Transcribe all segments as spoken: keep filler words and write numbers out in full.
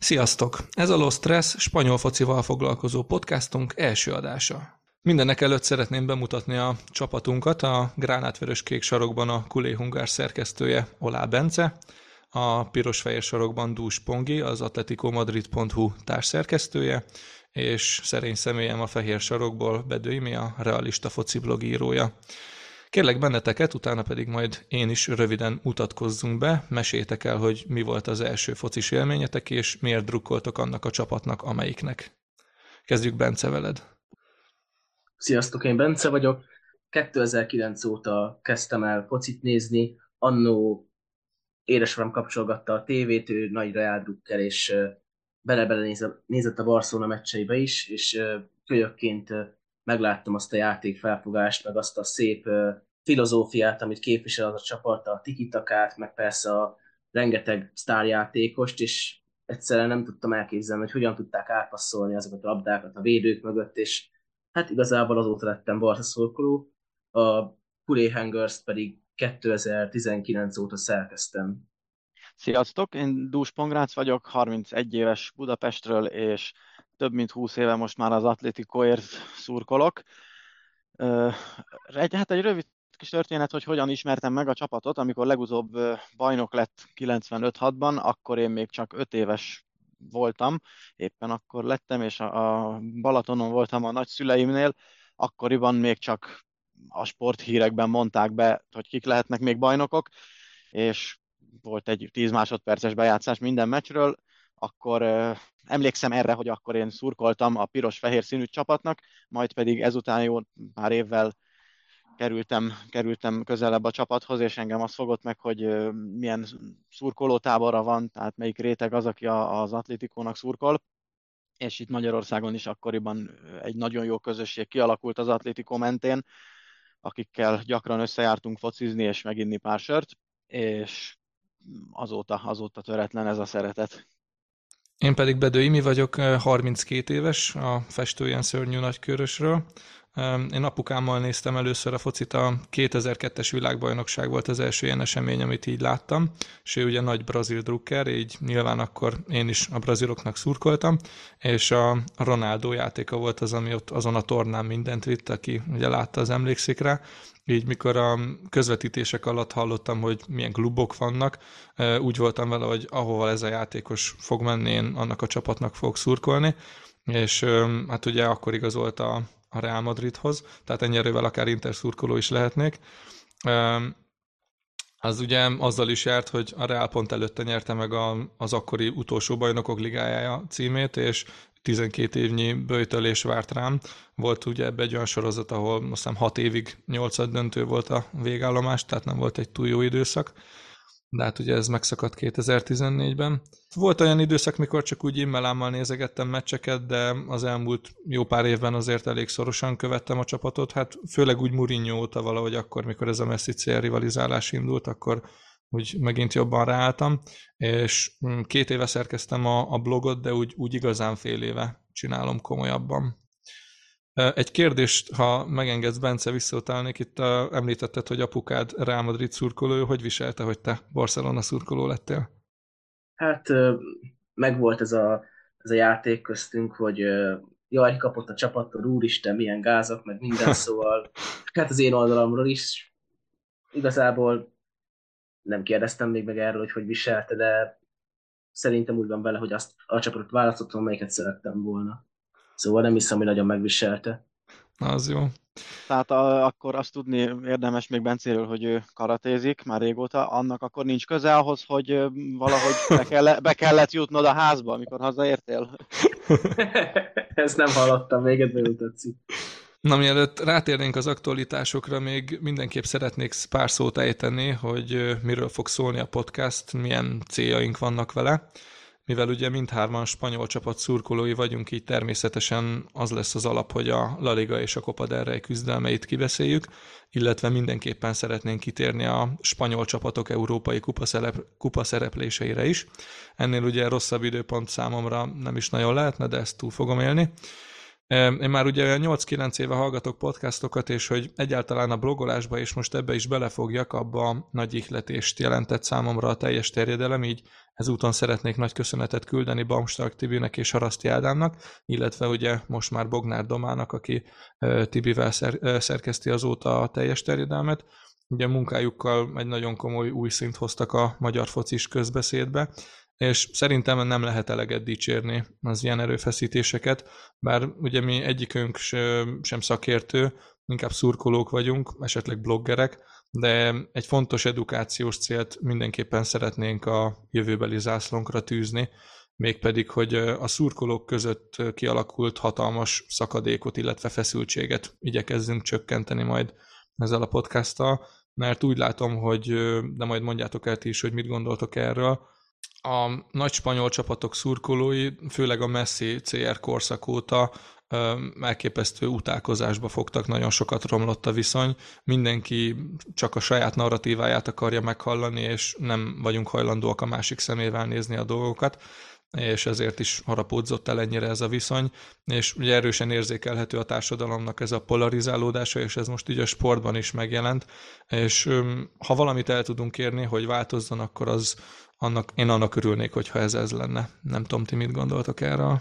Sziasztok! Ez a Los Tres spanyol focival foglalkozó podcastunk első adása. Mindenek előtt szeretném bemutatni a csapatunkat, a gránátvörös kék sarokban a Kulé Hungár szerkesztője Olá Bence, a piros-fehér sarokban Dús Pongi, az atletico madrid pont hu társszerkesztője, és szerény személyem a fehér sarokból Bedő Imi, a realista foci blog írója. Kérlek benneteket, utána pedig majd én is röviden mutatkozzunk be, meséljétek el, hogy mi volt az első focis élményetek, és miért drukkoltok annak a csapatnak, amelyiknek. Kezdjük Bence veled. Sziasztok, én Bence vagyok. kétezer-kilenc óta kezdtem el focit nézni, annó édesapám kapcsolgatta a tévét, ő nagy Real drukker, és bele-bele nézett a Barcelona meccseibe is, és kölyökként megláttam azt a játékfelfogást, meg azt a szép filozófiát, amit képvisel az a csapat, a tikitakát, meg persze a rengeteg sztárjátékost, és egyszerűen nem tudtam elképzelni, hogy hogyan tudták átpasszolni azokat a labdákat a védők mögött, és hát igazából azóta lettem Barca szurkoló, a Kulé Hungars pedig kétezer-tizenkilenc óta szerkeztem. Sziasztok, én Dús Pongrác vagyok, harmincegy éves Budapestről, és több mint húsz éve most már az Atléticoért szurkolok. Egy, hát egy rövid kis történet, hogy hogyan ismertem meg a csapatot, amikor legutóbb bajnok lett kilencvenöt hatban, akkor én még csak öt éves voltam, éppen akkor lettem, és a Balatonon voltam a nagyszüleimnél, akkoriban még csak a sporthírekben mondták be, hogy kik lehetnek még bajnokok, és volt egy tíz másodperces bejátszás minden meccsről, akkor uh, emlékszem erre, hogy akkor én szurkoltam a piros-fehér színű csapatnak, majd pedig ezután jó pár évvel kerültem, kerültem közelebb a csapathoz, és engem azt fogott meg, hogy uh, milyen szurkolótábora van, tehát melyik réteg az, aki a, az Atlétikónak szurkol, és itt Magyarországon is akkoriban egy nagyon jó közösség kialakult az Atlétikó mentén, akikkel gyakran összejártunk focizni és meginni pár sört, és azóta, azóta töretlen ez a szeretet. Én pedig Bedő Imi vagyok, harminckét éves, a Festő ilyen szörnyű nagykörösről. Én apukámmal néztem először a focit, a kétezer-kettes világbajnokság volt az első ilyen esemény, amit így láttam, és ő ugye nagy brazil drukker, így nyilván akkor én is a braziloknak szurkoltam, és a Ronaldo játéka volt az, ami ott azon a tornán mindent vitt, aki ugye látta, az emlékszik rá. Így mikor a közvetítések alatt hallottam, hogy milyen klubok vannak, úgy voltam vele, hogy ahova ez a játékos fog menni, én annak a csapatnak fogok szurkolni, és hát ugye akkor igazolt a, a Real Madridhoz, tehát ennyi erővel akár Inter szurkoló is lehetnék. Az ugye azzal is járt, hogy a Real pont előtte nyerte meg a, az akkori utolsó bajnokok ligája címét, és tizenkét évnyi böjtölés várt rám. Volt ugye ebbe egy olyan sorozat, ahol azt hiszem hat évig nyolcad döntő volt a végállomás, tehát nem volt egy túl jó időszak. De hát ugye ez megszakadt kétezer-tizennégyben. Volt olyan időszak, mikor csak úgy immelámmal nézegettem meccseket, de az elmúlt jó pár évben azért elég szorosan követtem a csapatot. Hát főleg úgy Mourinho óta valahogy akkor, mikor ez a Messi-cél rivalizálás indult, akkor úgy megint jobban ráálltam, és két éve szerkeztem a, a blogot, de úgy, úgy igazán fél éve csinálom komolyabban. Egy kérdést, ha megengedsz, Bence, visszautalnék, itt a, említetted, hogy apukád Real Madrid szurkoló, hogy viselte, hogy te Barcelona szurkoló lettél? Hát megvolt ez a, ez a játék köztünk, hogy jaj, kapott a csapattól, úristen, milyen gázak, meg minden, szóval hát az én oldalamról is igazából nem kérdeztem még meg erről, hogy hogy viselte, de szerintem úgy van vele, hogy azt a csapatot választottam, amelyiket szerettem volna. Szóval nem hiszem, hogy nagyon megviselte. Az jó. Tehát a, akkor azt tudni érdemes még Bencéről, hogy ő karatézik már régóta, annak akkor nincs köze ahhoz, hogy valahogy be, kell, be kellett jutnod a házba, amikor hazaértél? Ezt nem hallottam, még ebből tetszik. Na, mielőtt rátérnénk az aktualitásokra, még mindenképp szeretnék pár szót ejteni, hogy miről fog szólni a podcast, milyen céljaink vannak vele. Mivel ugye mindhárman spanyol csapat szurkolói vagyunk, így természetesen az lesz az alap, hogy a La Liga és a Copa del Rey küzdelmeit kibeszéljük, illetve mindenképpen szeretnénk kitérni a spanyol csapatok európai kupa, szerep, kupa szerepléseire is. Ennél ugye rosszabb időpont számomra nem is nagyon lehetne, de ezt túl fogom élni. Én már ugye nyolc-kilenc éve hallgatok podcastokat, és hogy egyáltalán a blogolásba, és most ebbe is belefogjak, abba nagy ihletést jelentett számomra a teljes terjedelem, így ezúton szeretnék nagy köszönetet küldeni Baumstark Tibinek és Haraszti Ádámnak, illetve ugye most már Bognár Domának, aki Tibivel szer- szerkeszti azóta a teljes terjedelmet. Ugye munkájukkal egy nagyon komoly új szint hoztak a magyar focis közbeszédbe, és szerintem nem lehet eleget dicsérni az ilyen erőfeszítéseket, bár ugye mi egyikünk sem szakértő, inkább szurkolók vagyunk, esetleg bloggerek, de egy fontos edukációs célt mindenképpen szeretnénk a jövőbeli zászlónkra tűzni, mégpedig, hogy a szurkolók között kialakult hatalmas szakadékot, illetve feszültséget igyekezzünk csökkenteni majd ezzel a podcasttal, mert úgy látom, hogy, de majd mondjátok el ti is, hogy mit gondoltok erről, a nagy spanyol csapatok szurkolói, főleg a Messi cé er korszak óta elképesztő utálkozásba fogtak, nagyon sokat romlott a viszony, mindenki csak a saját narratíváját akarja meghallani, és nem vagyunk hajlandóak a másik szemével nézni a dolgokat, és ezért is harapódzott el ennyire ez a viszony, és ugye erősen érzékelhető a társadalomnak ez a polarizálódása, és ez most így a sportban is megjelent, és ha valamit el tudunk érni, hogy változzon, akkor az annak, én annak örülnék, hogyha ez ez lenne. Nem tudom, ti mit gondoltok erről?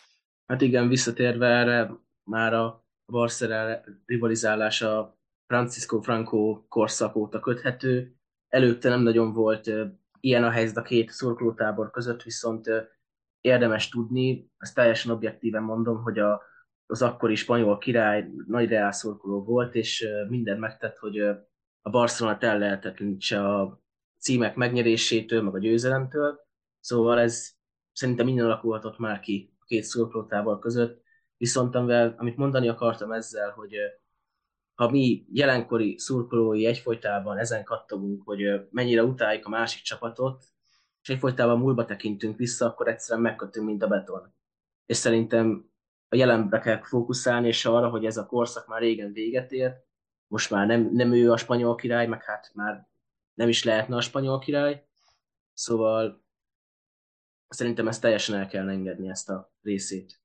Hát igen, visszatérve erre, már a Barcelona rivalizálás a Francisco Franco korszak óta köthető. Előtte nem nagyon volt uh, ilyen a helyzet a két szurkolótábor között, viszont uh, érdemes tudni, ezt teljesen objektíven mondom, hogy a, az akkori spanyol király nagy Real szurkoló volt, és uh, mindent megtett, hogy uh, a Barcelonát ellehetetlenítse a címek megnyerésétől, meg a győzelemtől. Szóval ez szerintem minden alakulhatott már ki a két szurkolótábor között. Viszont amivel, amit mondani akartam ezzel, hogy ha mi jelenkori szurkolói egyfolytában ezen kattogunk, hogy mennyire utáljuk a másik csapatot, és egyfolytában múlba tekintünk vissza, akkor egyszerűen megkötünk, mint a beton. És szerintem a jelenbe kell fókuszálni, és arra, hogy ez a korszak már régen véget ért, most már nem, nem ő a spanyol király, meg hát már nem is lehetne a spanyol király, szóval szerintem ezt teljesen el kell engedni, ezt a részét.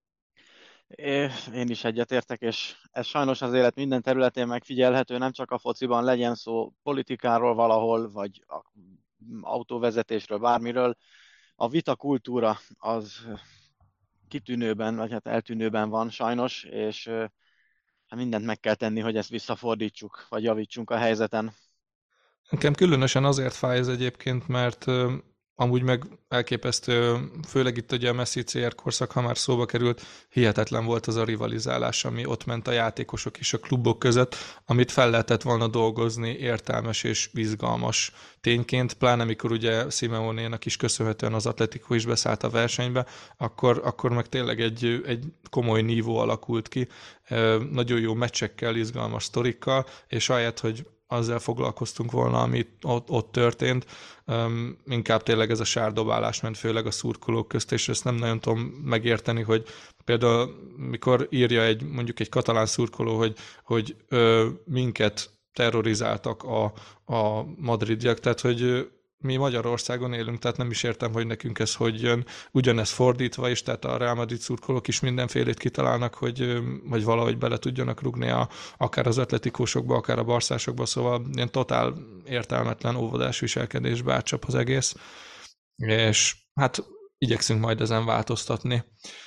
Én is egyetértek, és ez sajnos az élet minden területén megfigyelhető, nem csak a fociban, legyen szó politikáról valahol, vagy a autóvezetésről, bármiről. A vita kultúra az kitűnőben, vagy hát eltűnőben van sajnos, és hát mindent meg kell tenni, hogy ezt visszafordítsuk, vagy javítsunk a helyzeten. Nekem különösen azért fáj ez egyébként, mert uh, amúgy meg elképesztő, főleg itt ugye a Messi cé er korszak, ha már szóba került, hihetetlen volt az a rivalizálás, ami ott ment a játékosok és a klubok között, amit fel lehetett volna dolgozni értelmes és izgalmas tényként, pláne amikor ugye Simeonénak is köszönhetően az Atletico is beszállt a versenybe, akkor, akkor meg tényleg egy, egy komoly nívó alakult ki, uh, nagyon jó meccsekkel, izgalmas sztorikkal, és ahelyett, hogy azzal foglalkoztunk volna, ami ott, ott történt. Um, inkább tényleg ez a sárdobálás ment, főleg a szurkolók közt, és ezt nem nagyon tudom megérteni, hogy például mikor írja egy, mondjuk egy katalán szurkoló, hogy, hogy ö, minket terrorizáltak a, a madridiak, tehát hogy mi Magyarországon élünk, tehát nem is értem, hogy nekünk ez hogy jön. Ugyanez fordítva is, tehát a Real Madrid szurkolók is mindenfélét kitalálnak, hogy, hogy valahogy bele tudjanak rugni a, akár az atletikósokba, akár a barszásokba, szóval ilyen totál értelmetlen óvodás viselkedésbe átcsap az egész. És hát igyekszünk majd ezen változtatni.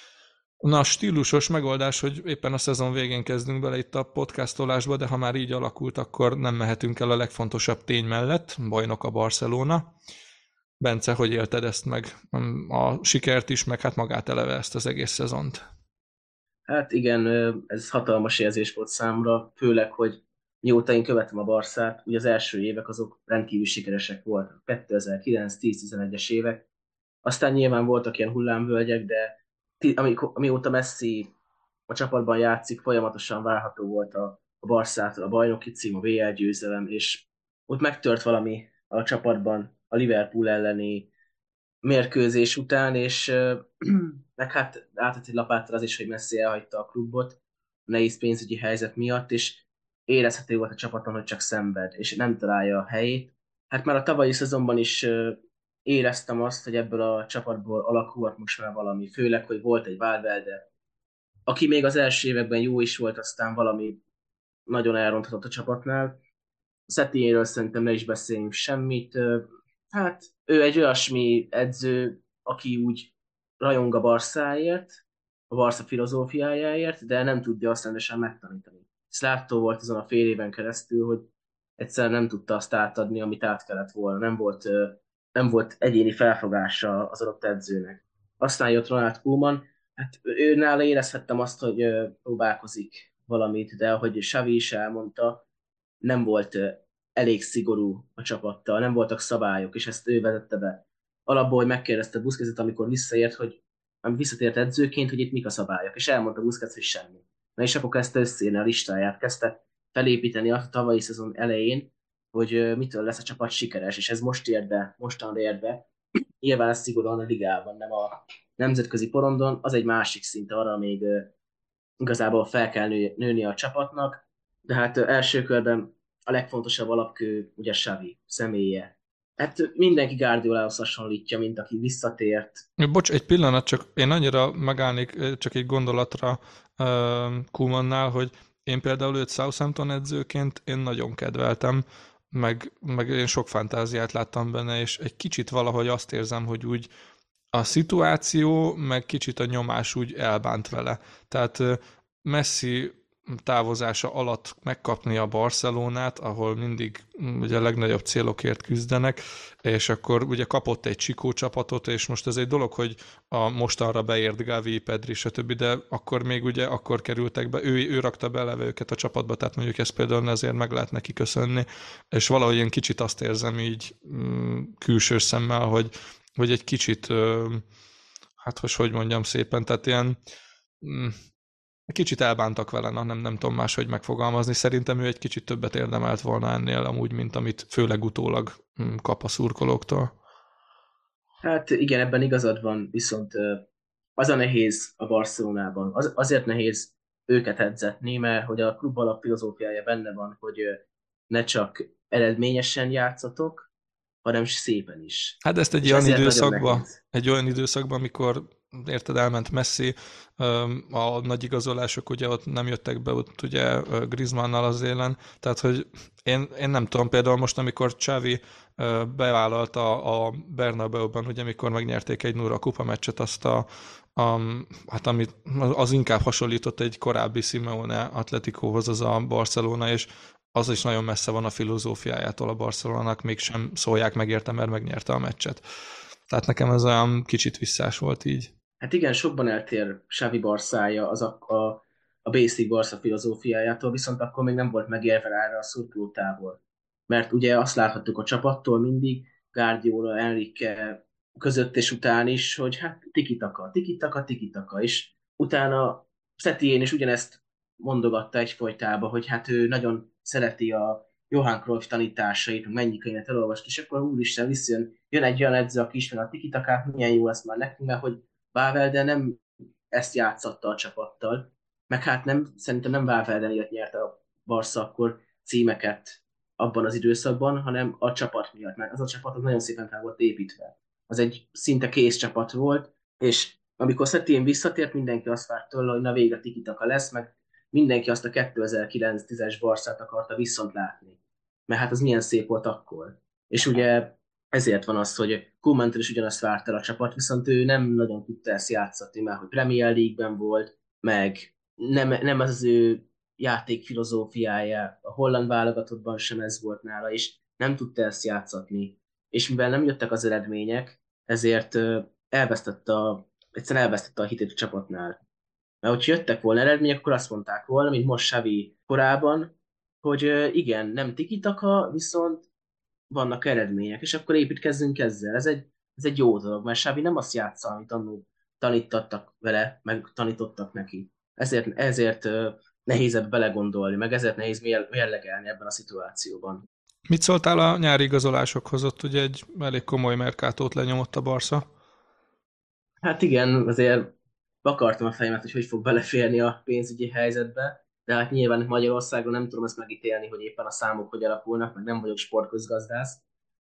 Na, stílusos megoldás, hogy éppen a szezon végén kezdünk bele itt a podcastolásba, de ha már így alakult, akkor nem mehetünk el a legfontosabb tény mellett, bajnok a Barcelona. Bence, hogy élted ezt meg? A sikert is, meg hát magát eleve ezt az egész szezont. Hát igen, ez hatalmas érzés volt számra, főleg, hogy mióta én követem a Barszát, ugye az első évek azok rendkívül sikeresek voltak, kétezer-kilenc, tíz, tizenegyes évek. Aztán nyilván voltak ilyen hullámvölgyek, de amióta Messi a csapatban játszik, folyamatosan várható volt a, a Barszától a bajnoki cím, a vé el győzelem, és ott megtört valami a csapatban a Liverpool elleni mérkőzés után, és meg hát átett egy lapáttal az is, hogy Messi elhagyta a klubot a nehéz pénzügyi helyzet miatt, és érezhető volt a csapaton, hogy csak szenved, és nem találja a helyét. Hát már a tavalyi szezonban is éreztem azt, hogy ebből a csapatból alakulhat most már valami, főleg, hogy volt egy Valverde, aki még az első években jó is volt, aztán valami nagyon elronthatott a csapatnál. Setieréről szerintem ne is beszéljünk semmit. Ö, Hát ő egy olyasmi edző, aki úgy rajong a Barszáért, a Barca filozófiájáért, de nem tudja azt rendesen megtanítani. Ezt látható volt azon a fél éven keresztül, hogy egyszerűen nem tudta azt átadni, amit át kellett volna. Nem volt, ö, nem volt egyéni felfogása az adott edzőnek. Aztán jött Ronald Koeman, hát ő nála érezhettem azt, hogy ö, próbálkozik valamit, de ahogy Xavi is elmondta, nem volt ö, elég szigorú a csapattal, nem voltak szabályok, és ezt ő vezette be. Alapból, hogy megkérdezte Busquetset, amikor visszaért, hogy ami visszatért edzőként, hogy itt mik a szabályok, és elmondta Busquets, hogy semmi. Na és akkor kezdte összeírni a listáját, kezdte felépíteni a tavalyi szezon elején, hogy ö, mitől lesz a csapat sikeres, és ez most ér be, mostanra ér be. Nyilván ez szigorúan a ligában, nem a nemzetközi porondon, az egy másik szint, arra még ö, igazából fel kell nő, nőni a csapatnak, de hát ö, első körben a legfontosabb alapkő ugye Xavi személye. Hát mindenki Guardiolához hasonlítja, mint aki visszatért. Bocs, egy pillanat, csak én annyira megállnék ö, csak egy gondolatra uh, Koemannál, hogy én például őt Southampton edzőként én nagyon kedveltem, meg, meg én sok fantáziát láttam benne, és egy kicsit valahogy azt érzem, hogy úgy a szituáció, meg kicsit a nyomás úgy elbánt vele. Tehát ö, Messi távozása alatt megkapni a Barcelonát, ahol mindig mm, ugye a legnagyobb célokért küzdenek, és akkor ugye kapott egy Csikó csapatot, és most ez egy dolog, hogy a mostanra beért Gavi, Pedri, stb., de akkor még ugye akkor kerültek be, ő, ő rakta bele őket a csapatba, tehát mondjuk ezt például ezért meg lehet neki köszönni, és valahogy én kicsit azt érzem így mm, külső szemmel, hogy, hogy egy kicsit, ö, hát hogy hogy mondjam szépen, tehát ilyen mm, kicsit elbántak vele, na, nem, nem tudom máshogy megfogalmazni. Szerintem ő egy kicsit többet érdemelt volna ennél amúgy, mint amit főleg utólag mm, kap a szurkolóktól. Hát igen, ebben igazad van, viszont ö, az a nehéz a Barcelonában, az, azért nehéz őket edzetni, mert hogy a klub alap filozófiája benne van, hogy ö, ne csak eredményesen játszatok, hanem szépen is. Hát de ezt egy És olyan ezért nagyon időszakban, nehéz. egy olyan időszakban, amikor érted, elment Messi, öm, a nagy igazolások ugye ott nem jöttek be, ott ugye ö, Griezmannnal az élen, tehát hogy én, én nem tudom, például most, amikor Xavi ö, bevállalta a Bernabeuban, hogy amikor megnyerték egy nulla kupa meccset, azt a, a, hát amit az inkább hasonlított egy korábbi Simeone Atleticóhoz az a Barcelona, és az is nagyon messze van a filozófiájától a Barcelonának, mégsem szólják meg érte, mert megnyerte a meccset. Tehát nekem ez olyan kicsit visszás volt így. Hát igen, sokban eltér Xavi Barszája az a, a, a basic Barca filozófiájától, viszont akkor még nem volt megérve rá erre a szurkolótábor. Mert ugye azt láthattuk a csapattól mindig, Guardiola, Enrique között és után is, hogy hát tiki-taka, tiki-taka, tiki-taka, és utána Setien is ugyanezt mondogatta egyfolytában, hogy hát ő nagyon szereti a Johan Cruyff tanításait, mennyi könyvet elolvast, és akkor úristen visszajön, jön egy olyan edző, aki ismer a tikitakát, milyen jó lesz már nekünk, mert hogy Valverde nem ezt játszatta a csapattal, meg hát nem, szerintem nem Valverde miatt nyerte a Barca akkor címeket abban az időszakban, hanem a csapat miatt, mert az a csapat az nagyon szépen fel volt építve. Az egy szinte kész csapat volt, és amikor Setien visszatért, mindenki azt várt tőle, hogy na végre tikitaka lesz, meg mindenki azt a kétezer-kilenc-tízes Barszát akarta viszont látni. Mert hát az milyen szép volt akkor. És ugye ezért van az, hogy Koemantól is ugyanazt várt el a csapat, viszont ő nem nagyon tudta ezt játszatni, mert hogy Premier League-ben volt, meg nem, nem az, az ő játék filozófiája, a holland válogatottban sem ez volt nála, és nem tudta ezt játszatni. És mivel nem jöttek az eredmények, ezért ö, elvesztette a, egyszerűen elvesztette a hitét a csapatnál. Mert hogyha jöttek volna eredmények, akkor azt mondták volna, mint most Xavi korában, hogy ö, igen, nem tikitaka, viszont vannak eredmények, és akkor építkezzünk ezzel. Ez egy, ez egy jó dolog, mert Xavi nem azt játsza, amit annól tanítattak vele, meg tanítottak neki. Ezért, ezért ö, nehéz ebbe belegondolni, meg ezért nehéz mér- mérlegelni ebben a szituációban. Mit szóltál a nyári igazolásokhoz? Ott ugye egy elég komoly merkátót lenyomott a Barca. Hát igen, azért vakartam a fejemet, hogy hogy fog beleférni a pénzügyi helyzetbe, de hát nyilván Magyarországon nem tudom ezt megítélni, hogy éppen a számok hogy alakulnak, meg nem vagyok sportközgazdász,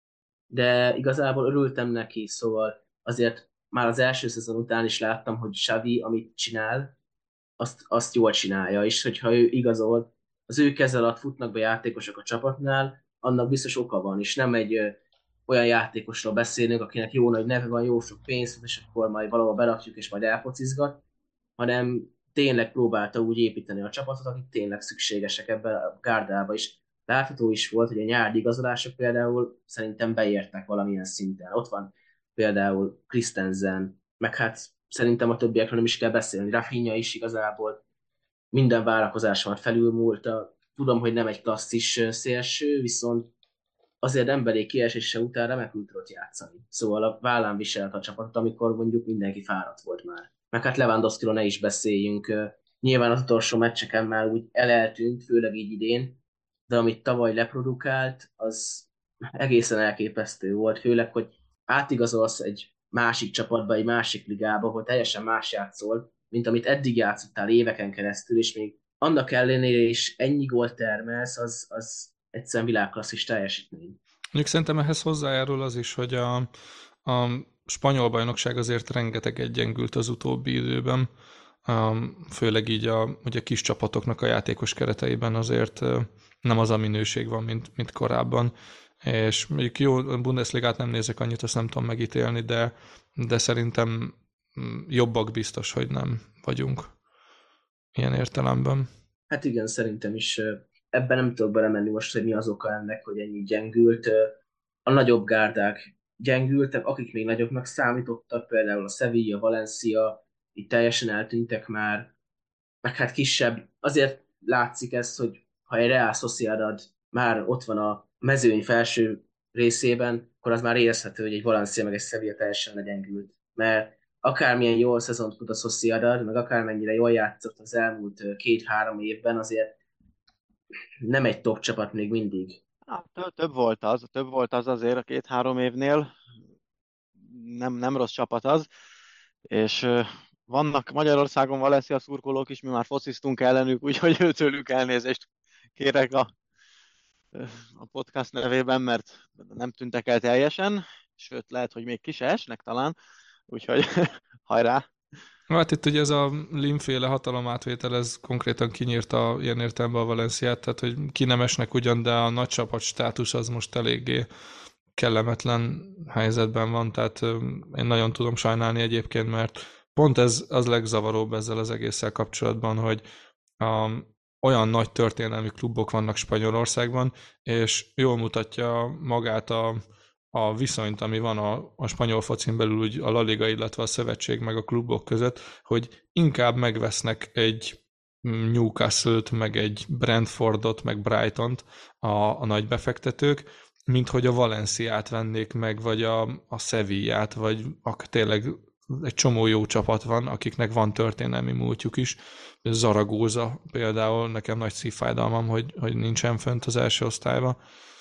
de igazából örültem neki, szóval azért már az első szezon után is láttam, hogy Xavi, amit csinál, azt, azt jól csinálja, és hogyha ő igazol, az ő keze alatt futnak be játékosok a csapatnál, annak biztos oka van, és nem egy ö, olyan játékosról beszélünk, akinek jó nagy neve van, jó sok pénz, és akkor majd valahol berakjuk, és majd elfocizgat, hanem tényleg próbálta úgy építeni a csapatot, akik tényleg szükségesek ebben a gárdába is. Látható is volt, hogy a nyári igazolások például szerintem beértek valamilyen szinten. Ott van például Christensen, meg hát szerintem a többiekről nem is kell beszélni. Rafinha is igazából minden várakozásomat felülmúlta. Tudom, hogy nem egy klasszis ö, szélső, viszont azért emberi kiesése után remekül tudott játszani. Szóval a vállán viselt a csapatot, amikor mondjuk mindenki fáradt volt már. Meg hát Lewandowskiról ne is beszéljünk. ö, Nyilván az utolsó meccseken már úgy eleltűnt, főleg így idén, de amit tavaly leprodukált, az egészen elképesztő volt, főleg, hogy átigazolsz egy másik csapatba, egy másik ligába, ahol teljesen más játszol, mint amit eddig játszottál éveken keresztül, és még annak ellenére is ennyi gólt termelsz, az, az egyszerűen világklasszis teljesítmény. Mondjuk szerintem ehhez hozzájárul az is, hogy a, a spanyol bajnokság azért rengeteget gyengült az utóbbi időben, um, főleg így a, hogy a kis csapatoknak a játékos kereteiben azért uh, nem az a minőség van, mint, mint korábban. És mondjuk jó, a Bundesligát nem nézek annyit, azt nem tudom megítélni, de, de szerintem mm, jobbak biztos, hogy nem vagyunk ilyen értelemben. Hát igen, szerintem is ö, ebben nem tudok belemenni most, hogy mi az oka ennek, hogy ennyi gyengült. Ö, A nagyobb gárdák gyengültek, akik még nagyobbnak számítottak, például a Sevilla, Valencia, itt teljesen eltűntek már, meg hát kisebb. Azért látszik ez, hogy ha egy Real Sociedad már ott van a mezőny felső részében, akkor az már érezhető, hogy egy Valencia meg egy Sevilla teljesen legyengült. Mert akármilyen jól szezont fut a Sociedad, meg akármennyire jól játszott az elmúlt ö, két-három évben, azért nem egy top csapat még mindig. Hát, tö- több volt az, több volt az azért a két-három évnél, nem, nem rossz csapat az, és ö, vannak Magyarországon Valencia szurkolók is, mi már fociztunk ellenük, úgyhogy őtőlük elnézést kérek a, a podcast nevében, mert nem tűntek el teljesen, sőt lehet, hogy még ki se esnek talán, úgyhogy hajrá! Hát itt ugye ez a Lim-féle hatalomátvétel, ez konkrétan kinyírta ilyen értelemben a Valenciát, tehát hogy ki nem esnek ugyan, de a nagy csapat státusz az most eléggé kellemetlen helyzetben van, tehát ö, én nagyon tudom sajnálni egyébként, mert pont ez az legzavaróbb ezzel az egésszel kapcsolatban, hogy a, olyan nagy történelmi klubok vannak Spanyolországban, és jól mutatja magát a, a viszonyt, ami van a, a spanyol focin belül úgy a La Liga, illetve a szövetség meg a klubok között, hogy inkább megvesznek egy Newcastle-t, meg egy Brentfordot, meg Brightont a, a nagy befektetők, mint hogy a Valenciát vennék meg, vagy a, a Sevillát, vagy ak, tényleg egy csomó jó csapat van, akiknek van történelmi múltjuk is. Zaragoza például, nekem nagy szívfájdalmam, hogy, hogy nincsen fönt az első osztályba.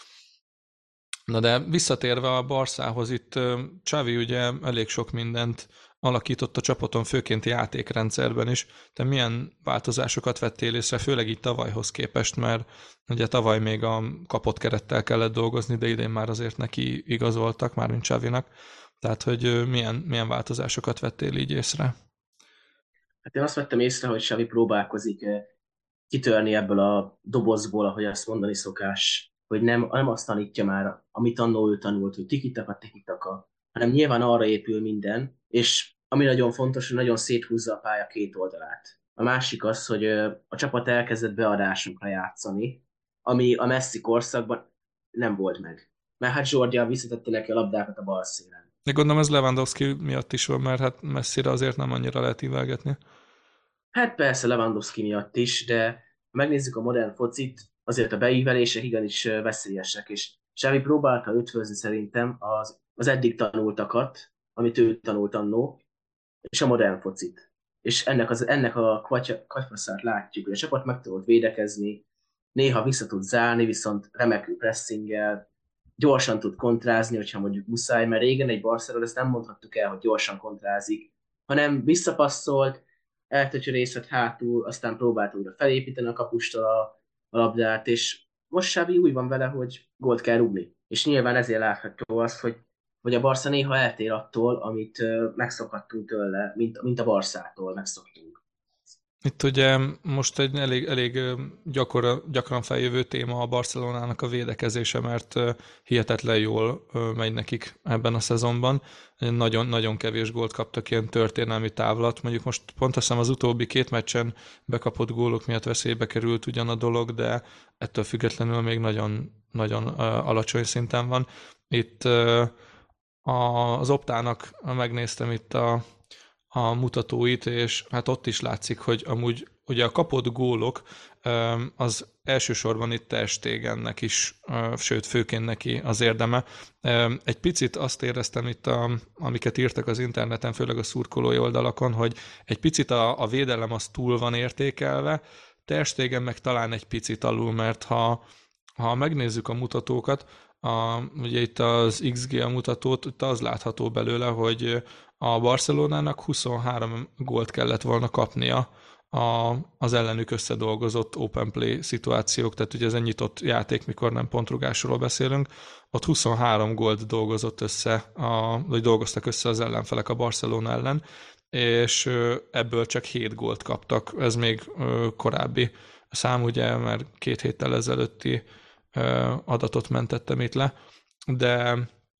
Na de visszatérve a Barszához, itt ö, Xavi ugye elég sok mindent alakított a csapaton, főként játékrendszerben is. Te milyen változásokat vettél észre, főleg így tavalyhoz képest, mert ugye tavaly még a kapott kerettel kellett dolgozni, de idén már azért neki igazoltak, mármint Xavinak. Tehát, hogy ö, milyen, milyen változásokat vettél így észre? Hát én azt vettem észre, hogy Xavi próbálkozik eh, kitörni ebből a dobozból, ahogy azt mondani szokás, hogy nem, nem azt tanítja már, amit annó ő tanult, hogy tikitaka, tikitaka, hanem nyilván arra épül minden, és ami nagyon fontos, hogy nagyon széthúzza a pálya két oldalát. A másik az, hogy eh, a csapat elkezdett beadásokra játszani, ami a Messi korszakban nem volt meg. Mert hát Zsordia visszatette neki a labdákat a bal szélen. De gondolom ez Lewandowski miatt is van, mert hát messzire azért nem annyira lehet ívelgetni. Hát persze Lewandowski miatt is, de ha megnézzük a modern focit, azért a beívelések igenis ö, veszélyesek, és Xavi próbálta ötvözni szerintem az, az eddig tanultakat, amit ő tanult annó, és a modern focit. És ennek, az, ennek a katyvaszát látjuk, hogy a csapat meg tudott védekezni, néha vissza tud zárni, viszont remekül pressinggel, gyorsan tud kontrázni, hogyha mondjuk muszáj, mert régen egy Barcelona ezt nem mondhattuk el, hogy gyorsan kontrázik, hanem visszapasszolt, eltöcsörészett hátul, aztán próbált újra felépíteni a kapustól a, a labdát, és most Xavi úgy van vele, hogy gólt kell rúgni. És nyilván ezért látható azt, hogy, hogy a Barca néha eltér attól, amit ö, megszokhattunk tőle, mint, mint a Barszától megszoktunk. Itt ugye most egy elég, elég gyakora, gyakran feljövő téma a Barcelonának a védekezése, mert hihetetlen jól megy nekik ebben a szezonban. Nagyon, nagyon kevés gólt kaptak, ilyen történelmi távlat. Mondjuk most pont azt hiszem az utóbbi két meccsen bekapott gólok miatt veszélybe került ugyan a dolog, de ettől függetlenül még nagyon, nagyon alacsony szinten van. Itt az Optának megnéztem itt a a mutatóit, és hát ott is látszik, hogy amúgy ugye a kapott gólok az elsősorban itt Ter Stegennek is, sőt főként neki az érdeme. Egy picit azt éreztem itt, a, amiket írtak az interneten, főleg a szurkolói oldalakon, hogy egy picit a, a védelem az túl van értékelve, Ter Stegen meg talán egy picit alul, mert ha, ha megnézzük a mutatókat, a, ugye itt az iksz gé a mutatót, itt az látható belőle, hogy a Barcelonának huszonhárom gólt kellett volna kapnia a, az ellenük összedolgozott open play szituációk, tehát ugye ez egy nyitott játék, mikor nem pontrugásról beszélünk, ott huszonhárom gólt dolgozott össze, a, vagy dolgoztak össze az ellenfelek a Barcelona ellen, és ebből csak hét gólt kaptak. Ez még korábbi szám, ugye, mert két héttel ezelőtti adatot mentettem itt le, de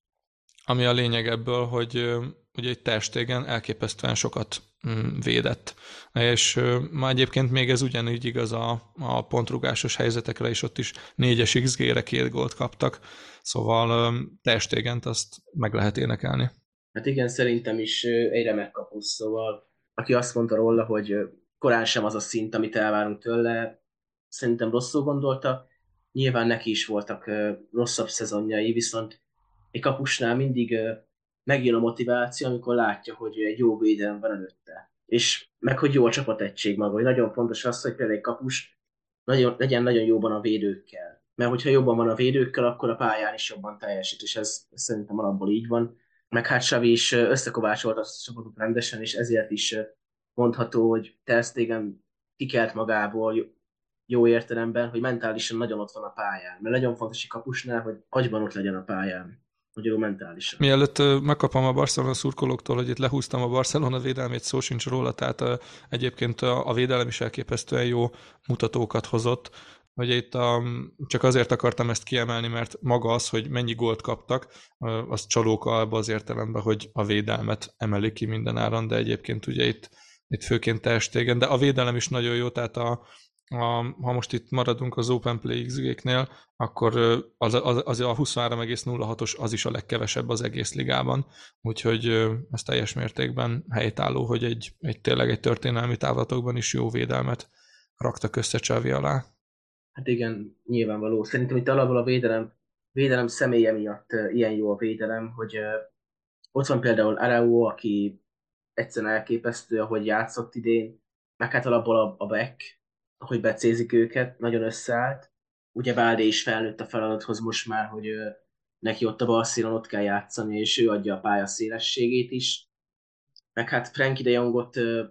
ami a lényeg ebből, hogy ugye egy Ter Stegen elképesztően sokat védett. És ma egyébként még ez ugyanígy igaz a, a pontrugásos helyzetekre, és ott is négyes iksz gére két gólt kaptak. Szóval Ter Stegent azt meg lehet énekelni. Hát igen, szerintem is egy remek kapus, szóval aki azt mondta róla, hogy korán sem az a szint, amit elvárunk tőle, szerintem rosszul gondolta. Nyilván neki is voltak rosszabb szezonjai, viszont egy kapusnál mindig megjön a motiváció, amikor látja, hogy egy jó védelem van előtte. És meg, hogy jó a csapategység maga, hogy nagyon fontos az, hogy például egy kapus nagyon, legyen nagyon jóban a védőkkel. Mert hogyha jobban van a védőkkel, akkor a pályán is jobban teljesít, és ez, ez szerintem alapból így van. Meg hát Xavi is összekovácsolt azt a csapatot rendesen, és ezért is mondható, hogy Ter Stegen kikelt magából jó, jó értelemben, hogy mentálisan nagyon ott van a pályán. Mert nagyon fontos egy kapusnál, hogy agyban ott legyen a pályán, hogy jó mentálisan. Mielőtt megkapom a Barcelona szurkolóktól, hogy itt lehúztam a Barcelona védelmét, szó sincs róla, tehát egyébként a védelem is elképesztően jó mutatókat hozott. Ugye itt a, csak azért akartam ezt kiemelni, mert maga az, hogy mennyi gólt kaptak, az csalóka abba az értelemben, hogy a védelmet emelik ki minden áron, de egyébként ugye itt, itt főként Ter Stegen, de a védelem is nagyon jó, tehát a, a, ha most itt maradunk az Open Play iksz gé-knél, akkor az, az, az a huszonhárom egész nulla hatos az is a legkevesebb az egész ligában, úgyhogy ez teljes mértékben helytálló, hogy egy, egy tényleg egy történelmi távlatokban is jó védelmet raktak össze Xavi alá. Hát igen, nyilvánvaló. Szerintem itt alapból a védelem, védelem személye miatt uh, ilyen jó a védelem, hogy uh, ott van például Araujo, aki egyszerűen elképesztő, ahogy játszott idén, meg hát alapból a, a back, ahogy becézik őket, nagyon összeállt. Ugye Balde is felnőtt a feladathoz most már, hogy uh, neki ott a bal színen ott kell játszani, és ő adja a pálya szélességét is. Meg hát Frenkie de Jongot uh,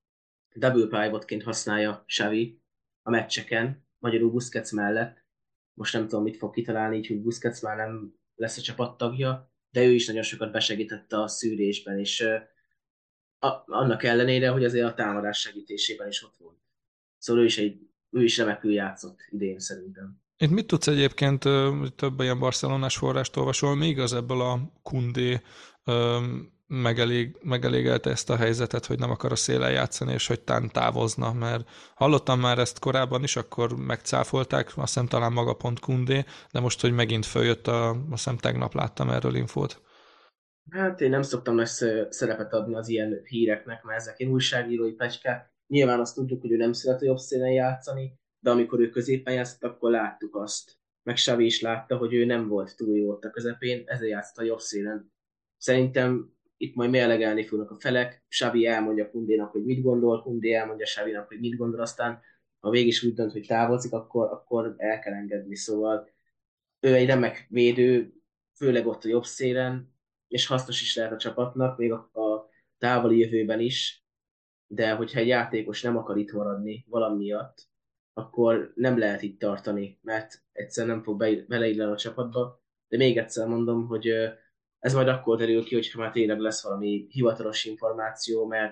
double pivotként használja Xavi a meccseken, magyarul Busquets mellett. Most nem tudom, mit fog kitalálni, így, hogy Busquets már nem lesz a csapattagja, de ő is nagyon sokat besegítette a szűrésben, és a, annak ellenére, hogy azért a támadás segítésében is ott volt. Szóval ő is, egy, ő is remekül játszott idén szerintem. Itt mit tudsz egyébként, több ilyen barcelonás forrást olvasol, mi igaz ebből a Koundé megelég, megelégelte ezt a helyzetet, hogy nem akar a szélen játszani, és hogy tán távozna, mert hallottam már ezt korábban is, akkor megcáfolták, azt hiszem talán maga pont Koundé, de most, hogy megint följött, a, azt hiszem tegnap láttam erről infót. Hát én nem szoktam nagy szerepet adni az ilyen híreknek, mert ezek ilyen újságírói pecskák. Nyilván azt tudjuk, hogy ő nem szeret a jobb szélen játszani, de amikor ő középen játszott, akkor láttuk azt. Meg Xavi is látta, hogy ő nem volt túl jó ott a közepén, ezért játszott a jobb szélen. Szerintem itt majd mérlegelni fognak a felek. Xavi elmondja Koundénak, hogy mit gondol, Koundé elmondja Xavinak, hogy mit gondol, aztán ha végig is úgy dönt, hogy távozik, akkor, akkor el kell engedni. Szóval ő egy remek védő, főleg ott a jobb szélen, és hasznos is lehet a csapatnak, még a, a távoli jövőben is, de hogyha egy játékos nem akar itt maradni valami miatt, akkor nem lehet itt tartani, mert egyszer nem fog be, beleilleni a csapatba. De még egyszer mondom, hogy ez majd akkor derül ki, hogyha már tényleg lesz valami hivatalos információ, mert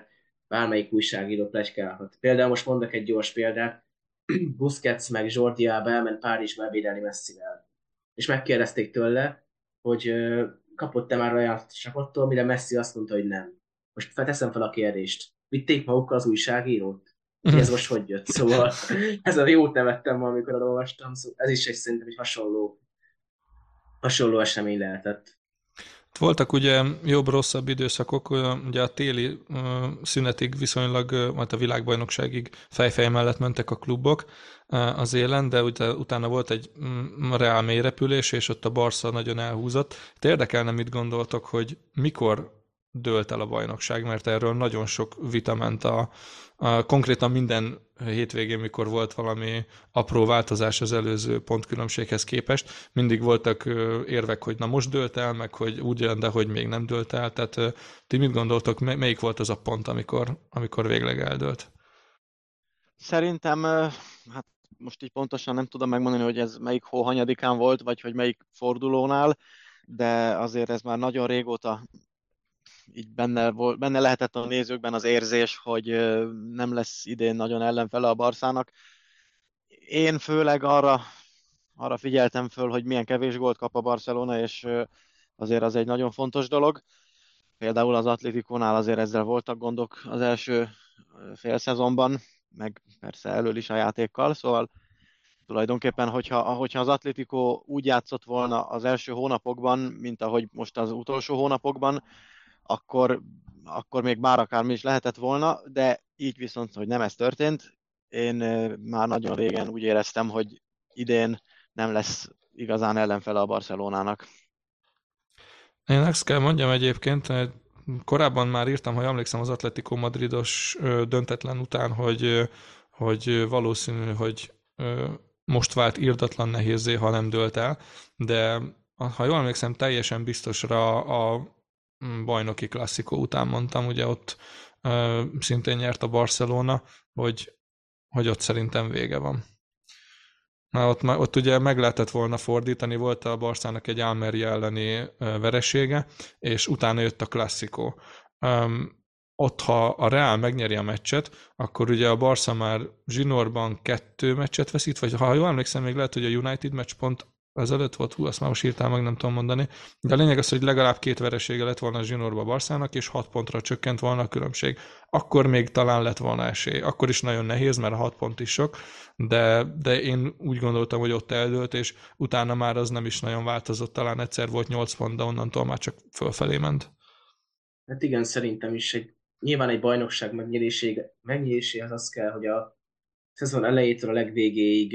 bármelyik újságíró pletykálhat. Például most mondok egy gyors példát, Busquets meg Jordi Alba elment Párizsba ebédelni Messivel. És megkérdezték tőle, hogy ö, kapott-e már ajánlatot a csapattól, mire Messi azt mondta, hogy nem. Most felteszem fel a kérdést. Vitték magukkal az újságírót? Hogy ez most hogy jött? Szóval ezen jót nevettem ma, amikor olvastam, szóval ez is egy szerintem egy hasonló, hasonló esemény lehetett. Voltak ugye jobb-rosszabb időszakok, ugye a téli szünetig viszonylag, majd a világbajnokságig fejfej mellett mentek a klubok az élen, de utána volt egy reál mélyrepülés, és ott a Barca nagyon elhúzott. Te érdekelne, mit gondoltok, hogy mikor dőlt el a bajnokság, mert erről nagyon sok vita ment a, a konkrétan minden hétvégén, mikor volt valami apró változás az előző pontkülönbséghez képest, mindig voltak érvek, hogy na most dőlt el, meg hogy úgy jön, de hogy még nem dőlt el. Tehát ti mit gondoltok, melyik volt az a pont, amikor, amikor végleg eldőlt? Szerintem, hát most így pontosan nem tudom megmondani, hogy ez melyik hó hanyadikán volt, vagy hogy melyik fordulónál, de azért ez már nagyon régóta így benne, volt, benne lehetett a nézőkben az érzés, hogy nem lesz idén nagyon ellenfele a Barszának. Én főleg arra, arra figyeltem föl, hogy milyen kevés gólt kap a Barcelona, és azért az egy nagyon fontos dolog. Például az Atléticónál azért ezzel voltak gondok az első fél szezonban, meg persze elől is a játékkal, szóval tulajdonképpen, hogyha, hogyha az Atlético úgy játszott volna az első hónapokban, mint ahogy most az utolsó hónapokban, akkor, akkor még bár akármi is lehetett volna, de így viszont, hogy nem ez történt, én már nagyon régen úgy éreztem, hogy idén nem lesz igazán ellenfele a Barcelonának. Én ezt kell mondjam egyébként, korábban már írtam, hogy emlékszem az Atletico Madridos döntetlen után, hogy, hogy valószínű, hogy most vált irdatlan nehézzé, ha nem dőlt el, de ha jól emlékszem, teljesen biztosra a bajnoki klasszikó után mondtam, ugye ott szintén nyert a Barcelona, hogy, hogy ott szerintem vége van. Na, ott, ott ugye meg lehetett volna fordítani, volt a Barszának egy Almeria elleni veresége, és utána jött a klasszikó. Um, ott, ha a Real megnyeri a meccset, akkor ugye a Barca már zsinórban kettő meccset veszít, vagy ha jól emlékszem, még lehet, hogy a United meccs pont ezelőtt volt, hú, azt már most írtál meg, nem tudom mondani. De a lényeg az, hogy legalább két veresége lett volna a zsinórba Barszának, és hat pontra csökkent volna a különbség. Akkor még talán lett volna esély. Akkor is nagyon nehéz, mert a hat pont is sok, de, de én úgy gondoltam, hogy ott eldőlt, és utána már az nem is nagyon változott, talán egyszer volt nyolc pont, de onnantól már csak fölfelé ment. Hát igen, szerintem is egy, nyilván egy bajnokság megnyeréséhez az kell, hogy a szezon elejétől a legvégéig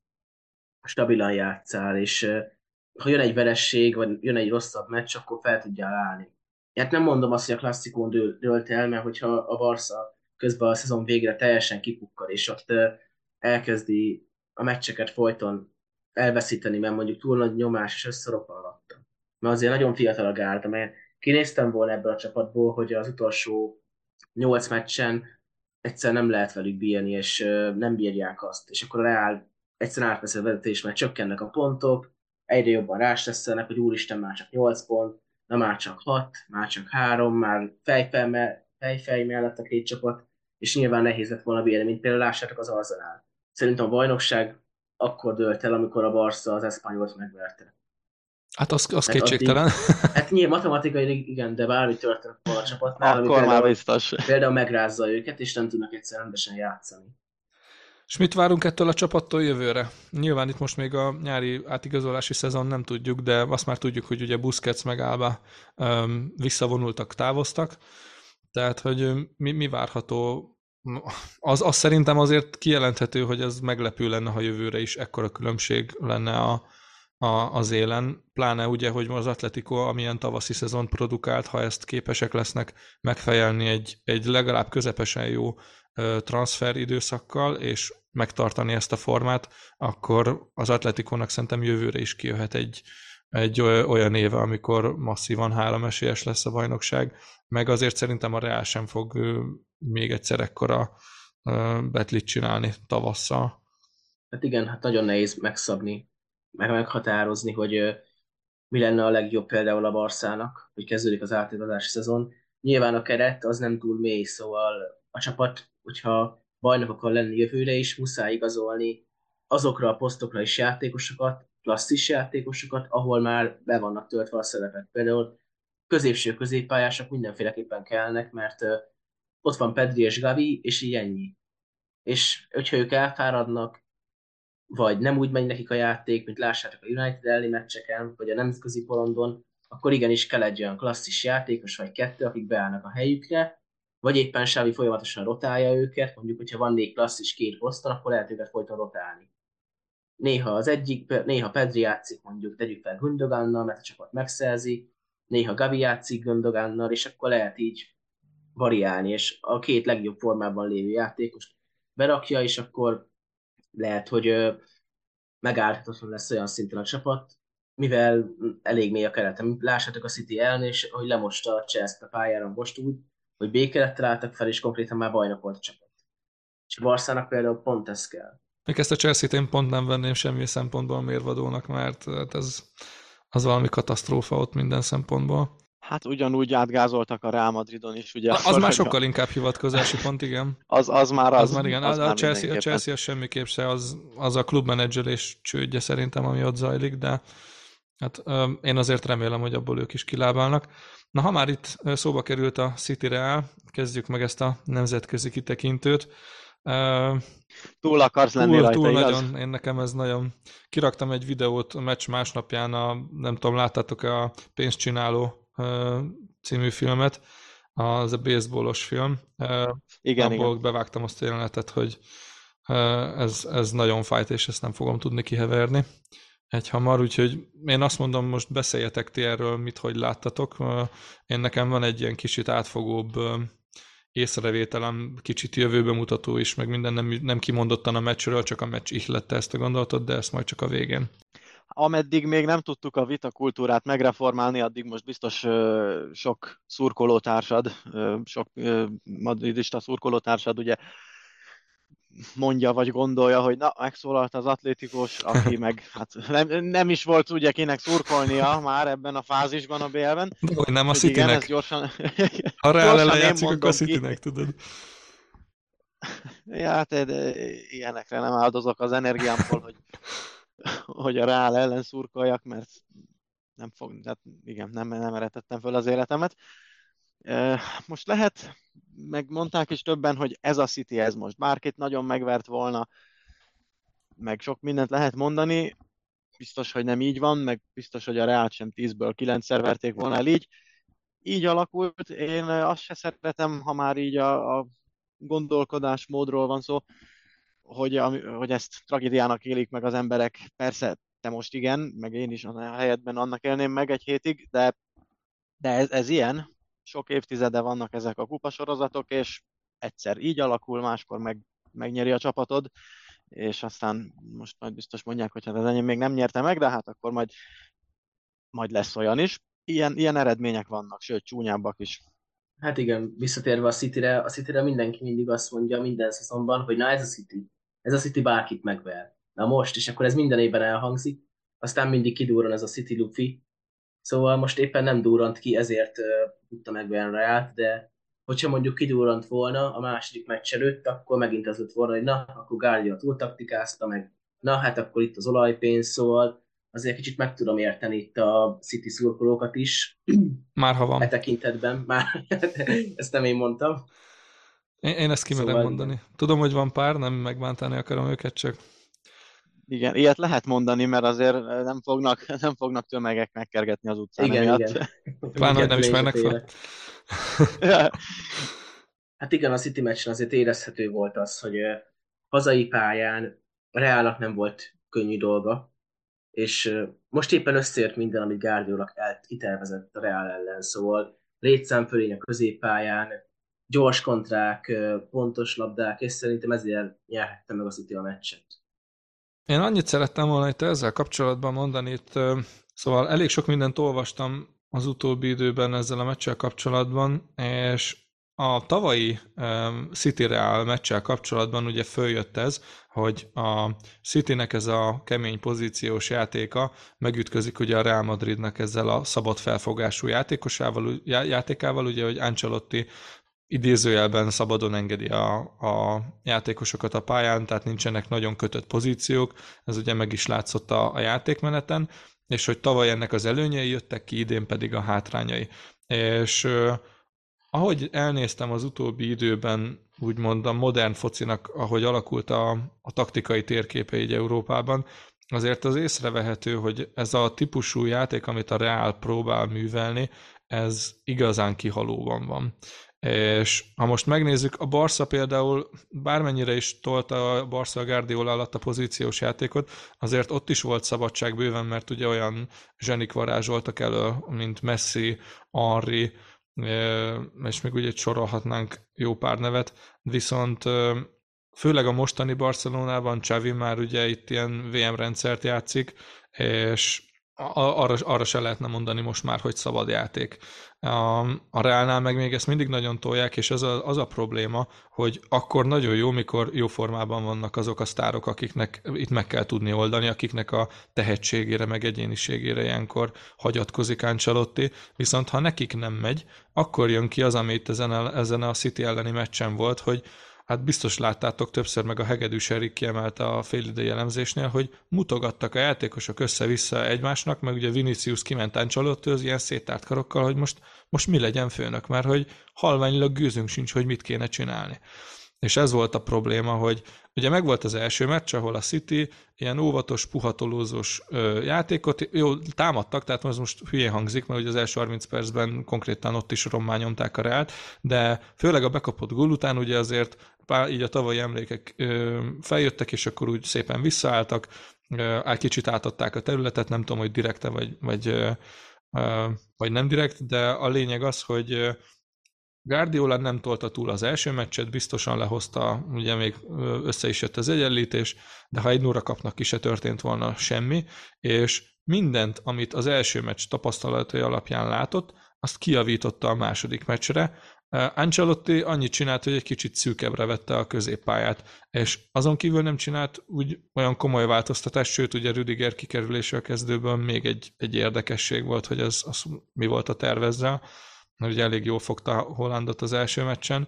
stabilan játszál, és ha jön egy veresség, vagy jön egy rosszabb meccs, akkor fel tudjál állni. Hát nem mondom azt, hogy a klasszikon dől, dőlt el, mert hogyha a Barca közben a szezon végre teljesen kipukkad, és ott elkezdi a meccseket folyton elveszíteni, mert mondjuk túl nagy nyomás, és összeroppan alatta. Mert azért nagyon fiatal a gárda, mert kinéztem volna ebből a csapatból, hogy az utolsó nyolc meccsen egyszer nem lehet velük bírni, és nem bírják azt. És akkor a Real egyszerűen átvesz a vezetés, mert csökkennek a pontok, egyre jobban rástresszelnek, hogy úristen, már csak nyolc pont, na már csak hat, már csak három, már fejfej, me- fejfej mellett a két csapat, és nyilván nehéz lett volna bírni, mint például lássátok az Arsenal. Szerintem a bajnokság akkor dőlt el, amikor a Barca az Espanyolt megverte. Hát az, az Mert kétségtelen. Addig, hát nyilván matematikai igen, de bármi történt volna a csapatnál, ami Akkor már például, biztos. például megrázza őket, és nem tudnak egyszer rendesen játszani. És mit várunk ettől a csapattól jövőre? Nyilván itt most még a nyári átigazolási szezon nem tudjuk, de azt már tudjuk, hogy ugye Busquets meg Alba um, visszavonultak, távoztak. Tehát, hogy mi, mi várható? Az, az szerintem azért kijelenthető, hogy ez meglepő lenne, ha jövőre is ekkora különbség lenne a, a, az élen. Pláne ugye, hogy az Atletico, amilyen tavaszi szezon produkált, ha ezt képesek lesznek megfejelni egy, egy legalább közepesen jó transfer időszakkal, és megtartani ezt a formát, akkor az Atleticónak szerintem jövőre is kijöhet egy, egy olyan éve, amikor masszívan három esélyes lesz a bajnokság, meg azért szerintem a Real sem fog még egyszer ekkora betlit csinálni tavasszal. Hát igen, hát nagyon nehéz megszabni, meg meghatározni, hogy mi lenne a legjobb például a Barszának, hogy kezdődik az átigazolási szezon. Nyilván a keret az nem túl mély, szóval a csapat, hogyha bajnok akar lenni jövőre is, muszáj igazolni azokra a posztokra is játékosokat, klasszis játékosokat, ahol már be vannak töltve a szerepek. Például középső középpályások mindenféleképpen kellnek, mert ö, ott van Pedri és Gavi, és így ennyi. És hogyha ők elfáradnak, vagy nem úgy megy nekik a játék, mint lássátok a United elleni meccseken, vagy a nemzetközi porondon, akkor igenis kell egy olyan klasszis játékos, vagy kettő, akik beállnak a helyükre, vagy éppen Xavi folyamatosan rotálja őket, mondjuk, hogyha van négy klasszis két poszton, akkor lehet őket folyton rotálni. Néha az egyik, néha Pedri játszik, mondjuk tegyük fel Gündogannal, mert a csapat megszerzi, néha Gavi játszik Gündogannal, és akkor lehet így variálni, és a két legjobb formában lévő játékos berakja, és akkor lehet, hogy ö, megállhatatlan lesz olyan szinten a csapat, mivel elég mély a keretem. Lássátok a City ellen, és hogy lemosta a Chelsea-t a pályára most úgy, hogy B-kerettel álltak fel, és konkrétan már bajnok volt a csapat. És a Barszának például pont ez kell. Még ezt a Chelsea-t én pont nem venném semmi szempontból mérvadónak, mert hát ez az valami katasztrófa ott minden szempontból. Hát ugyanúgy átgázoltak a Real Madridon is, ugye. Az már sokkal inkább hivatkozási pont, igen. Az, az már az. Az már igen. Az a, már a, Chelsea, a Chelsea az semmiképp se, az, az a klubmenedzselés csődje szerintem, ami ott zajlik, de hát ö, én azért remélem, hogy abból ők is kilábálnak. Na, ha már itt szóba került a City Real, kezdjük meg ezt a nemzetközi kitekintőt. Ö, túl akarsz lenni túl, rajta, túl igaz? nagyon, én nekem ez nagyon... Kiraktam egy videót a meccs másnapján, a, nem tudom, láttátok a Pénzcsináló ö, című filmet, az a baseballos film. Ö, Igen, abból igen. bevágtam azt a jelenetet, hogy ö, ez, ez nagyon fájt, és ezt nem fogom tudni kiheverni egy hamar, úgyhogy én azt mondom, most beszéljetek ti erről, mit, hogy láttatok. Én nekem van egy ilyen kicsit átfogóbb észrevételem, kicsit jövőbe mutató is, meg minden nem, nem kimondottan a meccsről, csak a meccs ihlette ezt a gondolatot, de ezt majd csak a végén. Ameddig még nem tudtuk a vitakultúrát megreformálni, addig most biztos ö, sok szurkolótársad, ö, sok ö, madridista szurkolótársad ugye mondja vagy gondolja, hogy na, megszólalt az atlétikus, aki meg hát nem, nem is volt ugye kinek szurkolnia már ebben a fázisban a bé el-ben. De hogy nem a Hogy igen, Citynek. ez gyorsan, Ha Real gyorsan ellen én játszik, akkor mondom a ki. Citynek, tudod. Ja, hát de, de ilyenekre nem áldozok az energiámból, hogy, hogy a Real ellen szurkoljak, mert nem fog, tehát igen, nem, nem eretettem föl az életemet. Most lehet, meg mondták is többen, hogy ez a City, ez most bárkit nagyon megvert volna, meg sok mindent lehet mondani, biztos, hogy nem így van, meg biztos, hogy a Real sem tízből kilencszer verték volna el így. Így alakult, én azt se szeretem, ha már így a, a gondolkodásmódról van szó, hogy, hogy ezt tragédiának élik meg az emberek. Persze, te most igen, meg én is a helyetben annak élném meg egy hétig, de, de ez, ez ilyen. Sok évtizede vannak ezek a kupasorozatok, és egyszer így alakul, máskor meg, megnyeri a csapatod, és aztán most majd biztos mondják, hogy hát az enyém még nem nyerte meg, de hát akkor majd, majd lesz olyan is. Ilyen, ilyen eredmények vannak, sőt, csúnyábbak is. Hát igen, visszatérve a Cityre, a Cityre mindenki mindig azt mondja minden szezonban, hogy na ez a City, ez a City bárkit megver. Na most, és akkor ez minden évben elhangzik, aztán mindig kidurran ez a City lufi, szóval most éppen nem durrant ki, ezért uh, tudta megverni Reált, de hogyha mondjuk kidurrant volna a második meccs előtt, akkor megint az lett volna, hogy na, akkor Guardiola túltaktikázta meg, na hát akkor itt az olajpénz, szóval azért kicsit meg tudom érteni itt a City szurkolókat is. Már ha van. E tekintetben, már ezt nem én mondtam. Én, én ezt kimerem szóval mondani. Igen. Tudom, hogy van pár, nem megbántani akarom őket, csak... Igen, ilyet lehet mondani, mert azért nem fognak, nem fognak tömegek megkergetni az utcán. Igen, emiatt. igen. Pláne, hogy nem ismernek fel. Hát igen, a City meccsen azért érezhető volt az, hogy hazai pályán a Reálnak nem volt könnyű dolga, és most éppen összeért minden, amit Guardiola kitervezett a Real ellen, szóval létszám fölén a középpályán, gyors kontrák, pontos labdák, és szerintem ezért nyerhette meg a City a meccset. Én annyit szerettem volna itt ezzel kapcsolatban mondani, itt, szóval elég sok mindent olvastam az utóbbi időben ezzel a meccsel kapcsolatban, és a tavalyi um, City Real meccsel kapcsolatban ugye följött ez, hogy a Citynek ez a kemény pozíciós játéka megütközik ugye a Real Madridnak ezzel a szabad felfogású játékosával, játékával, ugye, hogy Ancelotti idézőjelben szabadon engedi a, a játékosokat a pályán, tehát nincsenek nagyon kötött pozíciók, ez ugye meg is látszott a, a játékmeneten, és hogy tavaly ennek az előnyei jöttek ki, idén pedig a hátrányai. És uh, ahogy elnéztem az utóbbi időben, úgymond a modern focinak, ahogy alakult a, a taktikai térképe így Európában, azért az észrevehető, hogy ez a típusú játék, amit a Real próbál művelni, ez igazán kihalóban van. És ha most megnézzük, a Barca például bármennyire is tolta a Barca a Guardiola alatt a pozíciós játékot, azért ott is volt szabadság bőven, mert ugye olyan zsenik varázsoltak elő, mint Messi, Henry, és még ugye sorolhatnánk jó pár nevet, viszont főleg a mostani Barcelonában Xavi már ugye itt ilyen vé em rendszert játszik, és arra, arra se lehetne mondani most már, hogy szabad játék. A, a Realnál meg még ezt mindig nagyon tolják, és az a, az a probléma, hogy akkor nagyon jó, mikor jó formában vannak azok a sztárok, akiknek itt meg kell tudni oldani, akiknek a tehetségére, meg egyéniségére ilyenkor hagyatkozik Ancelotti, viszont ha nekik nem megy, akkor jön ki az, amit ezen a, ezen a City elleni meccsen volt, hogy hát biztos láttátok többször, meg a hegedűs Erik kiemelte a félidei elemzésnél, hogy mutogattak a játékosok össze-vissza egymásnak, meg ugye Vinicius kiment Ancelottihoz ilyen széttárt karokkal, hogy most, most mi legyen főnök, mert hogy halványilag gőzünk sincs, hogy mit kéne csinálni. És ez volt a probléma, hogy ugye megvolt az első meccs, ahol a City ilyen óvatos, puhatolózós ö, játékot, jó, támadtak, tehát az most hülyén hangzik, mert ugye az első harminc percben konkrétan ott is rommá nyomták a Reált, de főleg a bekapott gól után ugye azért pár, így a tavalyi emlékek ö, feljöttek, és akkor úgy szépen visszaálltak, ö, kicsit átadták a területet, nem tudom, hogy direkte vagy, vagy, ö, ö, vagy nem direkt, de a lényeg az, hogy Guardiola nem tolta túl az első meccset, biztosan lehozta, ugye még össze is jött az egyenlítés, de ha egy nulla kapnak ki, se történt volna semmi, és mindent, amit az első meccs tapasztalatai alapján látott, azt kijavította a második meccsre. Ancelotti annyit csinált, hogy egy kicsit szűkebbre vette a középpályát, és azon kívül nem csinált úgy olyan komoly változtatást, sőt, ugye Rüdiger kikerülése a kezdőből még egy, egy érdekesség volt, hogy ez, az mi volt a tervezzel, mert ugye elég jól fogta Hollandot az első meccsen,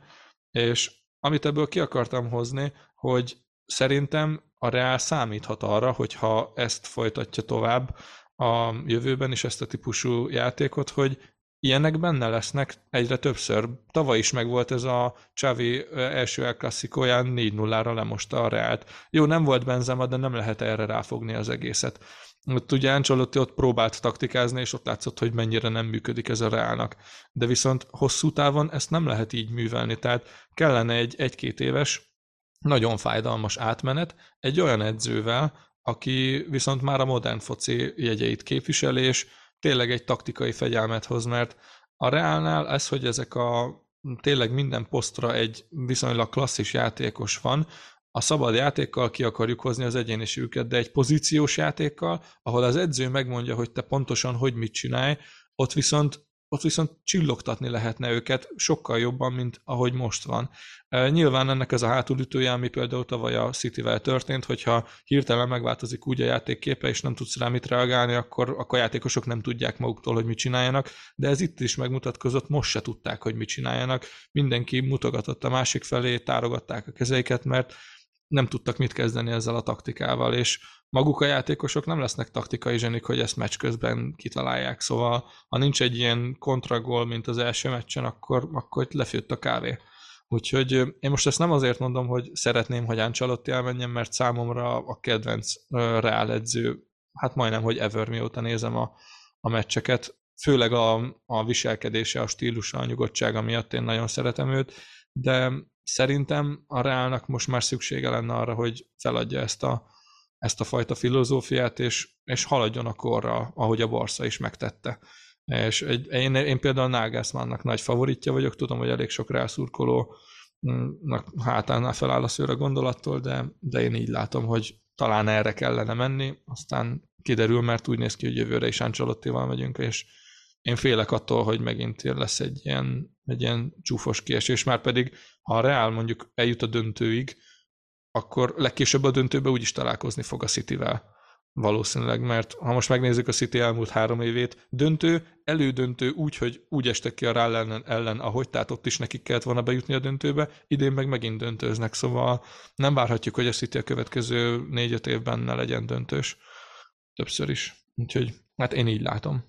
és amit ebből ki akartam hozni, hogy szerintem a Real számíthat arra, hogyha ezt folytatja tovább a jövőben is, ezt a típusú játékot, hogy ilyenek benne lesznek egyre többször. Tavaly is megvolt ez a Xavi első El Clasicóján négy nullára lemosta a Realt. Jó, nem volt Benzema, de nem lehet erre ráfogni az egészet. Ott ugye Ancelotti ott próbált taktikázni, és ott látszott, hogy mennyire nem működik ez a Realnak. De viszont hosszú távon ezt nem lehet így művelni, tehát kellene egy egy-két éves, nagyon fájdalmas átmenet egy olyan edzővel, aki viszont már a modern foci jegyeit képviseli, és tényleg egy taktikai fegyelmet hoz, mert a Realnál ez, hogy ezek a tényleg minden posztra egy viszonylag klasszis játékos van, a szabad játékkal ki akarjuk hozni az egyéniségüket, de egy pozíciós játékkal, ahol az edző megmondja, hogy te pontosan hogy mit csinálj, ott viszont, ott viszont csillogtatni lehetne őket sokkal jobban, mint ahogy most van. Nyilván ennek ez a hátulütője, ami például tavaly a Cityvel történt, hogyha hirtelen megváltozik úgy a játékképe, és nem tudsz rá mit reagálni, akkor, akkor a játékosok nem tudják maguktól, hogy mit csináljanak, de ez itt is megmutatkozott, most se tudták, hogy mit csináljanak. Mindenki mutogatott a másik felé, tárogatták a kezeiket, mert nem tudtak mit kezdeni ezzel a taktikával, és maguk a játékosok nem lesznek taktikai zsenik, hogy ezt meccs közben kitalálják, szóval ha nincs egy ilyen kontragól, mint az első meccsen, akkor, akkor lefőtt a kávé. Úgyhogy én most ezt nem azért mondom, hogy szeretném, hogy Ancelotti elmenjen, mert számomra a kedvenc Real edző, hát majdnem, hogy ever, mióta nézem a, a meccseket, főleg a, a viselkedése, a stílusa, a nyugodtsága miatt én nagyon szeretem őt, de szerintem a Realnak most már szüksége lenne arra, hogy feladja ezt a, ezt a fajta filozófiát, és, és haladjon a korra, ahogy a Barca is megtette. És egy, én, én például Nagelsmannnak nagy favoritja vagyok, tudom, hogy elég sok Real szurkolónak hátánál feláll a szőr a gondolattól, de, de én így látom, hogy talán erre kellene menni, aztán kiderül, mert úgy néz ki, hogy jövőre is Ancelottival megyünk, és én félek attól, hogy megint lesz egy ilyen, egy ilyen csúfos kiesés, már pedig ha a Real mondjuk eljut a döntőig, akkor legkésőbb a döntőbe úgyis találkozni fog a Cityvel. Valószínűleg, mert ha most megnézzük a City elmúlt három évét, döntő, elődöntő úgy, hogy úgy estek ki a Real ellen, ellen, ahogy, tehát ott is nekik kellett volna bejutni a döntőbe, idén meg megint döntőznek, szóval nem várhatjuk, hogy a City a következő négy-öt évben ne legyen döntős. Többször is. Úgyhogy, hát én így látom.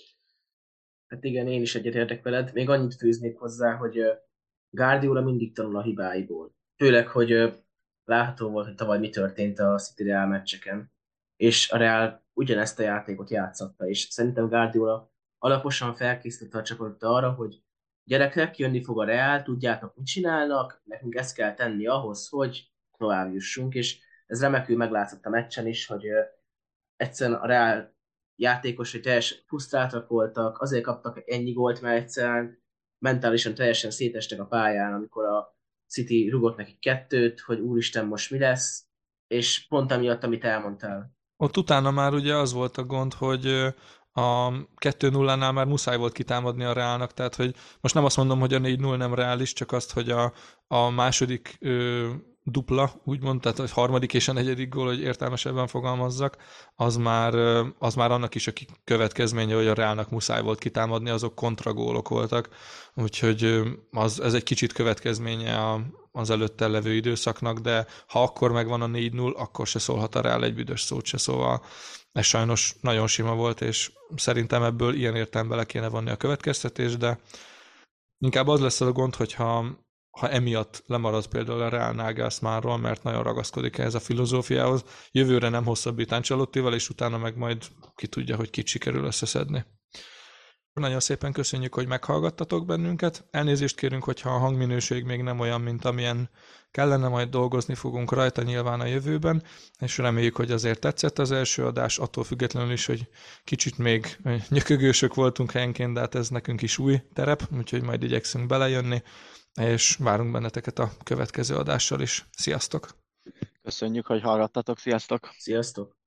Hát igen, én is egyetértek veled. Még annyit fűznék hozzá, hogy ö, Guardiola mindig tanul a hibáiból. Főleg, hogy ö, látható volt, hogy tavaly mi történt a City Real meccseken. És a Real ugyanezt a játékot játszotta, és szerintem Guardiola alaposan felkészítette a csapatot arra, hogy gyerekek, jönni fog a Real, tudjátok, mit csinálnak, nekünk ezt kell tenni ahhoz, hogy tovább jussunk, és ez remekül meglátszott a meccsen is, hogy ö, egyszerűen a Real játékosai teljesen frusztráltak voltak, azért kaptak ennyi gólt, mert egyszerűen mentálisan teljesen szétestek a pályán, amikor a City rugott neki kettőt, hogy úristen, most mi lesz, és pont amiatt, amit elmondtál. Ott utána már ugye az volt a gond, hogy a kettő nullánál már muszáj volt kitámadni a Reálnak, tehát hogy most nem azt mondom, hogy a négy null nem reális, csak azt, hogy a, a második ö, dupla, úgymond, tehát a harmadik és a negyedik gól, hogy értelmesebben fogalmazzak, az már, az már annak is a következménye, hogy a Reálnak muszáj volt kitámadni, azok kontragólok voltak, úgyhogy az, ez egy kicsit következménye a, az előtte levő időszaknak, de ha akkor megvan a négy null, akkor se szólhat a Real egy büdös szót se, szóval ez sajnos nagyon sima volt, és szerintem ebből ilyen értelemben le kéne vonni a következtetés, de inkább az lesz a gond, hogyha ha emiatt lemarad például a Real Nagelsmannról, mert nagyon ragaszkodik ehhez a filozófiához, jövőre nem hosszabbít Ancelottival, és utána meg majd ki tudja, hogy kit sikerül összeszedni. Nagyon szépen köszönjük, hogy meghallgattatok bennünket. Elnézést kérünk, hogyha a hangminőség még nem olyan, mint amilyen kellene, majd dolgozni fogunk rajta nyilván a jövőben, és reméljük, hogy azért tetszett az első adás, attól függetlenül is, hogy kicsit még nyökögősök voltunk helyenként, de hát ez nekünk is új terep, úgyhogy majd igyekszünk belejönni, és várunk benneteket a következő adással is. Sziasztok! Köszönjük, hogy hallgattatok, sziasztok! Sziasztok!